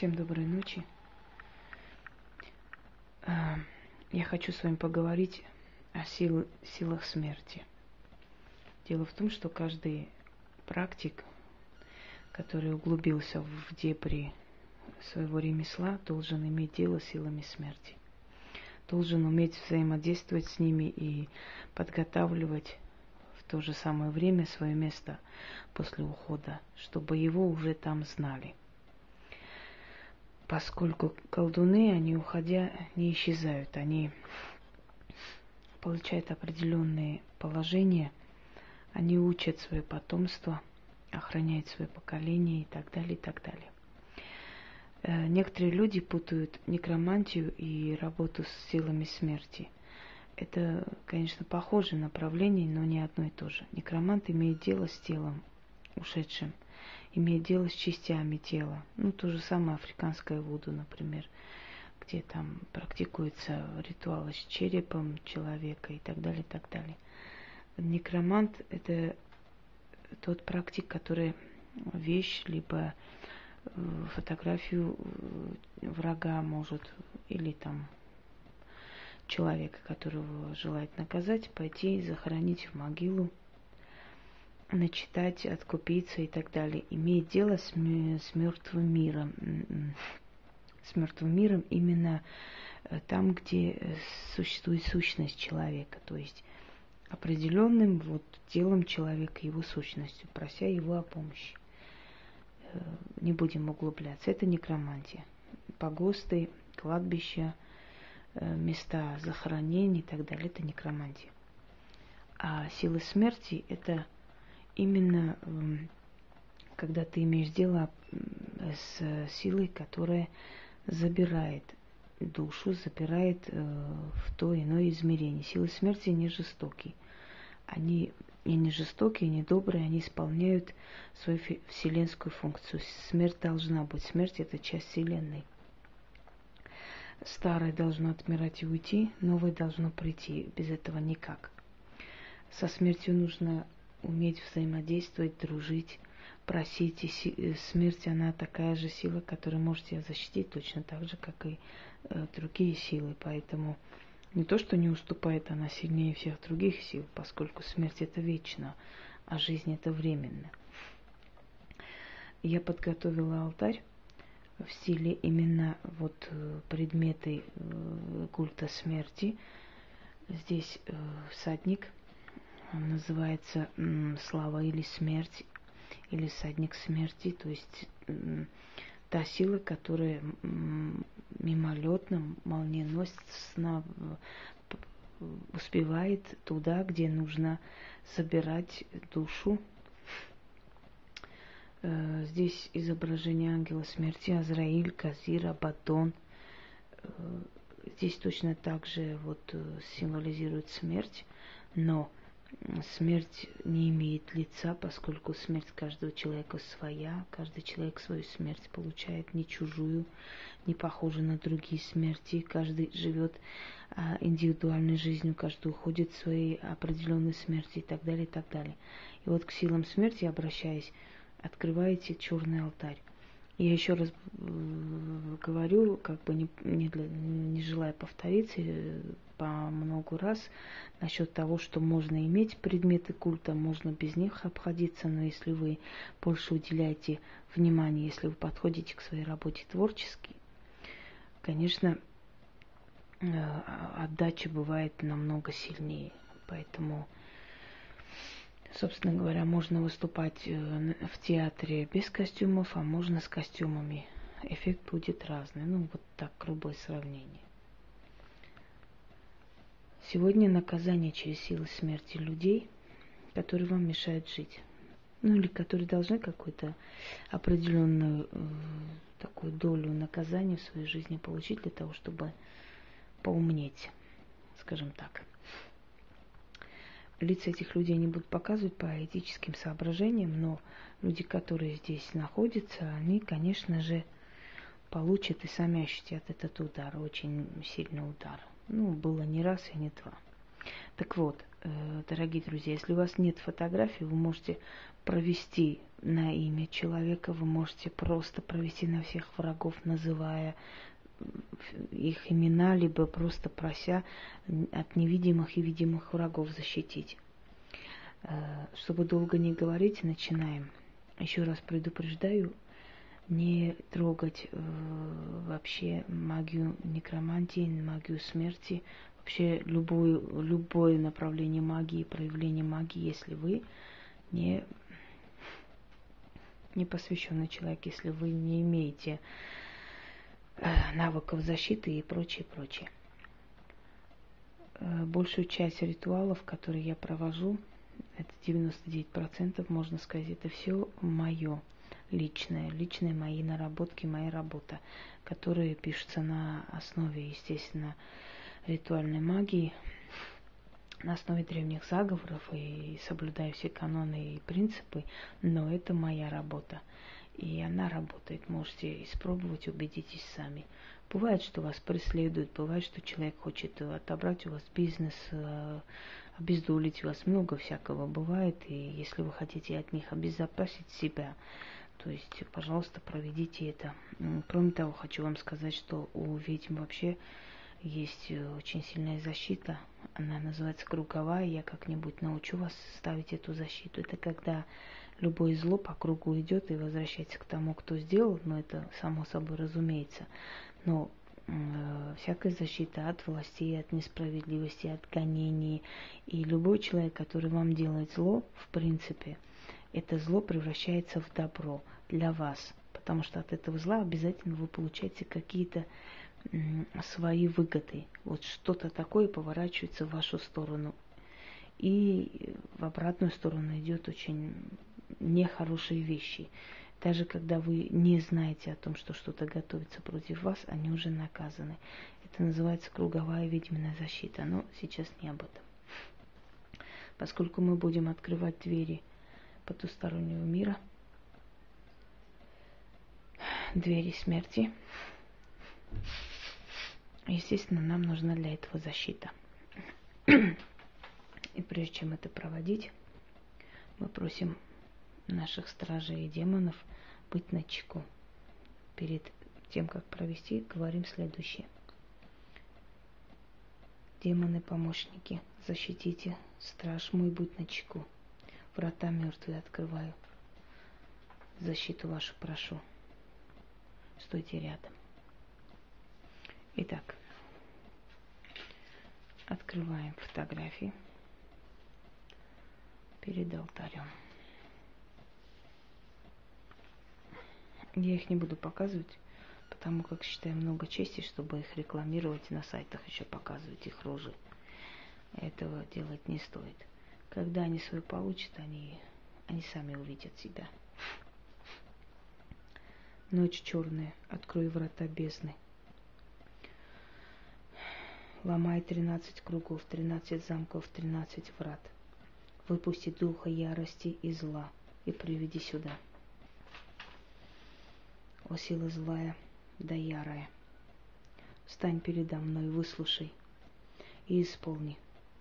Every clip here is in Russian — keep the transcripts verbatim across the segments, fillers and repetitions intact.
Всем доброй ночи. Я хочу с вами поговорить о сил, силах смерти. Дело в том, что каждый практик, который углубился в дебри своего ремесла, должен иметь дело с силами смерти. Должен уметь взаимодействовать с ними и подготавливать в то же самое время свое место после ухода, чтобы его уже там знали. Поскольку колдуны, они, уходя, не исчезают, они получают определенные положения, они учат свое потомство, охраняют свое поколение и так далее, и так далее. Некоторые люди путают некромантию и работу с силами смерти. Это, конечно, похожие направления, но не одно и то же. Некромант имеет дело с телом ушедшим, имеет дело с частями тела. Ну, то же самое африканское вуду, например, где там практикуются ритуалы с черепом человека и так далее, и так далее. Некромант – это тот практик, который вещь, либо фотографию врага может, или там человека, которого желает наказать, пойти и захоронить в могилу, начитать, откупиться и так далее. Имеет дело с, с мертвым миром. С мертвым миром именно там, где существует сущность человека, то есть определенным вот телом человека, его сущностью, прося его о помощи. Не будем углубляться. Это некромантия. Погосты, кладбища, места захоронений и так далее. Это некромантия. А силы смерти – это именно когда ты имеешь дело с силой, которая забирает душу, забирает в то иное измерение. Силы смерти не жестокие. Они и не жестокие, и не добрые, они исполняют свою вселенскую функцию. Смерть должна быть. Смерть – это часть Вселенной. Старое должно отмирать и уйти, новое должно прийти. Без этого никак. Со смертью нужно уметь взаимодействовать, дружить, просить. И смерть, она такая же сила, которая может тебя защитить точно так же, как и э, другие силы. Поэтому не то, что не уступает, она сильнее всех других сил, поскольку смерть – это вечно, а жизнь – это временно. Я подготовила алтарь в стиле именно вот предметы э, культа смерти. Здесь э, всадник, он называется э, слава или смерть, или всадник смерти, то есть э, та сила, которая мимолетно, молниеносно успевает туда, где нужно забирать душу. Здесь изображение ангела смерти, Азраиль, Казир, Абаддон. Здесь точно так же вот символизирует смерть, но смерть не имеет лица, поскольку смерть каждого человека своя, каждый человек свою смерть получает, не чужую, не похожую на другие смерти. Каждый живет а, индивидуальной жизнью, каждый уходит в своей определенной смерти и так далее, и так далее. И вот к силам смерти, обращаясь, открываете черный алтарь. Я еще раз говорю, как бы не, не, для, не желая повториться по много раз, насчет того, что можно иметь предметы культа, можно без них обходиться, но если вы больше уделяете внимания, если вы подходите к своей работе творчески, конечно, отдача бывает намного сильнее. Поэтому, собственно говоря, можно выступать в театре без костюмов, а можно с костюмами. Эффект будет разный. Ну, вот так, грубое сравнение. Сегодня наказание через силы смерти людей, которые вам мешают жить. Ну, или которые должны какую-то определенную э, такую долю наказания в своей жизни получить для того, чтобы поумнеть, скажем так. Лица этих людей не будут показывать по этическим соображениям, но люди, которые здесь находятся, они, конечно же, получат и сами ощутят этот удар, очень сильный удар. Ну, было не раз и не два. Так вот, дорогие друзья, если у вас нет фотографий, вы можете провести на имя человека, вы можете просто провести на всех врагов, называя их имена, либо просто прося от невидимых и видимых врагов защитить. Чтобы долго не говорить, начинаем. Еще раз предупреждаю, не трогать э, вообще магию некромантии, магию смерти, вообще любую, любое направление магии, проявление магии, если вы не, не посвященный человек, если вы не имеете э, навыков защиты и прочее, прочее. Э, большую часть ритуалов, которые я провожу, это девяносто девять процентов, можно сказать, это все мое. Личные, личные мои наработки, моя работа, которые пишутся на основе, естественно, ритуальной магии, на основе древних заговоров и соблюдая все каноны и принципы, но это моя работа. И она работает, можете испробовать, убедитесь сами. Бывает, что вас преследуют, бывает, что человек хочет отобрать у вас бизнес, обездолить вас, много всякого бывает, и если вы хотите от них обезопасить себя, то есть, пожалуйста, проведите это. Кроме того, хочу вам сказать, что у ведьм вообще есть очень сильная защита. Она называется круговая. Я как-нибудь научу вас ставить эту защиту. Это когда любое зло по кругу идет и возвращается к тому, кто сделал. Но это само собой разумеется. Но э, всякая защита от властей, от несправедливости, от гонений. И любой человек, который вам делает зло, в принципе, это зло превращается в добро для вас, потому что от этого зла обязательно вы получаете какие-то м, свои выгоды. Вот что-то такое поворачивается в вашу сторону. И в обратную сторону идет очень нехорошие вещи. Даже когда вы не знаете о том, что что-то готовится против вас, они уже наказаны. Это называется круговая ведьминая защита. Но сейчас не об этом. Поскольку мы будем открывать двери потустороннего мира, двери смерти, естественно, нам нужна для этого защита. И прежде чем это проводить, мы просим наших стражей и демонов быть начеку. Перед тем, как провести, говорим следующее. Демоны-помощники, защитите, страж мой, будь начеку. Врата мертвые открываю. Защиту вашу прошу. Стойте рядом. Итак, открываем фотографии перед алтарем. Я их не буду показывать, потому как считаю много чести, чтобы их рекламировать и на сайтах еще показывать их рожи. Этого делать не стоит. Когда они свою получат, они, они сами увидят себя. Ночь черная, открой врата бездны. Ломай тринадцать кругов, тринадцать замков, тринадцать врат. Выпусти духа ярости и зла и приведи сюда. О сила злая да ярая, встань передо мной, выслушай и исполни.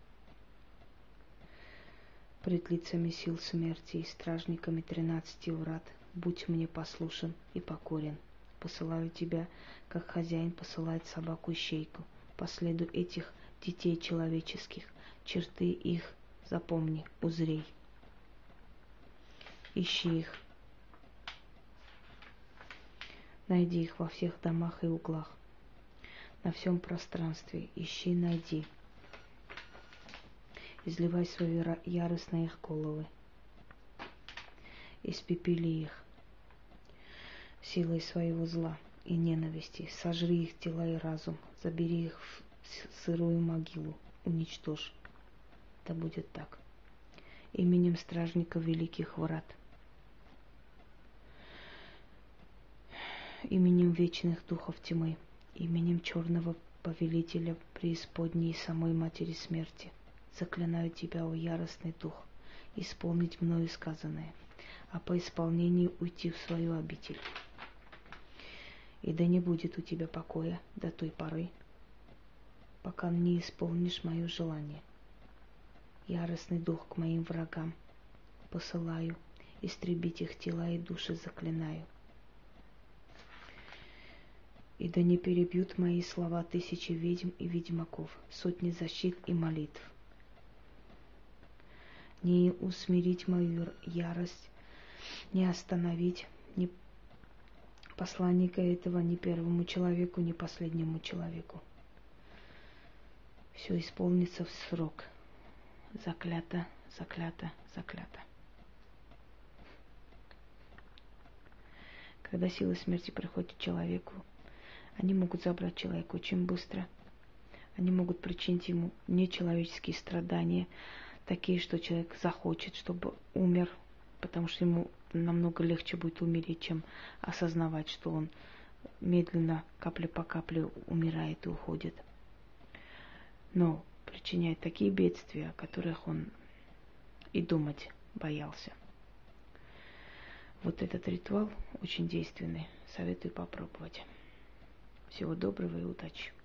Пред лицами сил смерти и стражниками тринадцати врат будь мне послушен и покорен. Посылаю тебя, как хозяин посылает собаку-ищейку. По следу этих детей человеческих, черты их запомни, узрей. Ищи их. Найди их во всех домах и углах. На всем пространстве ищи, найди. Изливай свои яростные их головы. Испепели их силой своего зла и ненависти. Сожри их тела и разум. Забери их в сырую могилу. Уничтожь. Да будет так. Именем стражника великих врат. Именем вечных духов тьмы. Именем черного повелителя преисподней и самой матери смерти. Заклинаю тебя, о яростный дух, исполнить мною сказанное, а по исполнению уйти в свою обитель. И да не будет у тебя покоя до той поры, пока не исполнишь мое желание. яростный дух к моим врагам посылаю, истребить их тела и души заклинаю. И да не перебьют мои слова тысячи ведьм и ведьмаков, сотни защит и молитв. Не усмирить мою ярость, не остановить ни посланника этого ни первому человеку, ни последнему человеку. Все исполнится в срок. Заклято, заклято, заклято. Когда сила смерти приходит к человеку, они могут забрать человека очень быстро. Они могут причинить ему нечеловеческие страдания, такие, что человек захочет, чтобы умер, потому что ему намного легче будет умереть, чем осознавать, что он медленно, капля по капле умирает и уходит. Но причиняет такие бедствия, о которых он и думать боялся. Вот этот ритуал очень действенный. Советую попробовать. Всего доброго и удачи.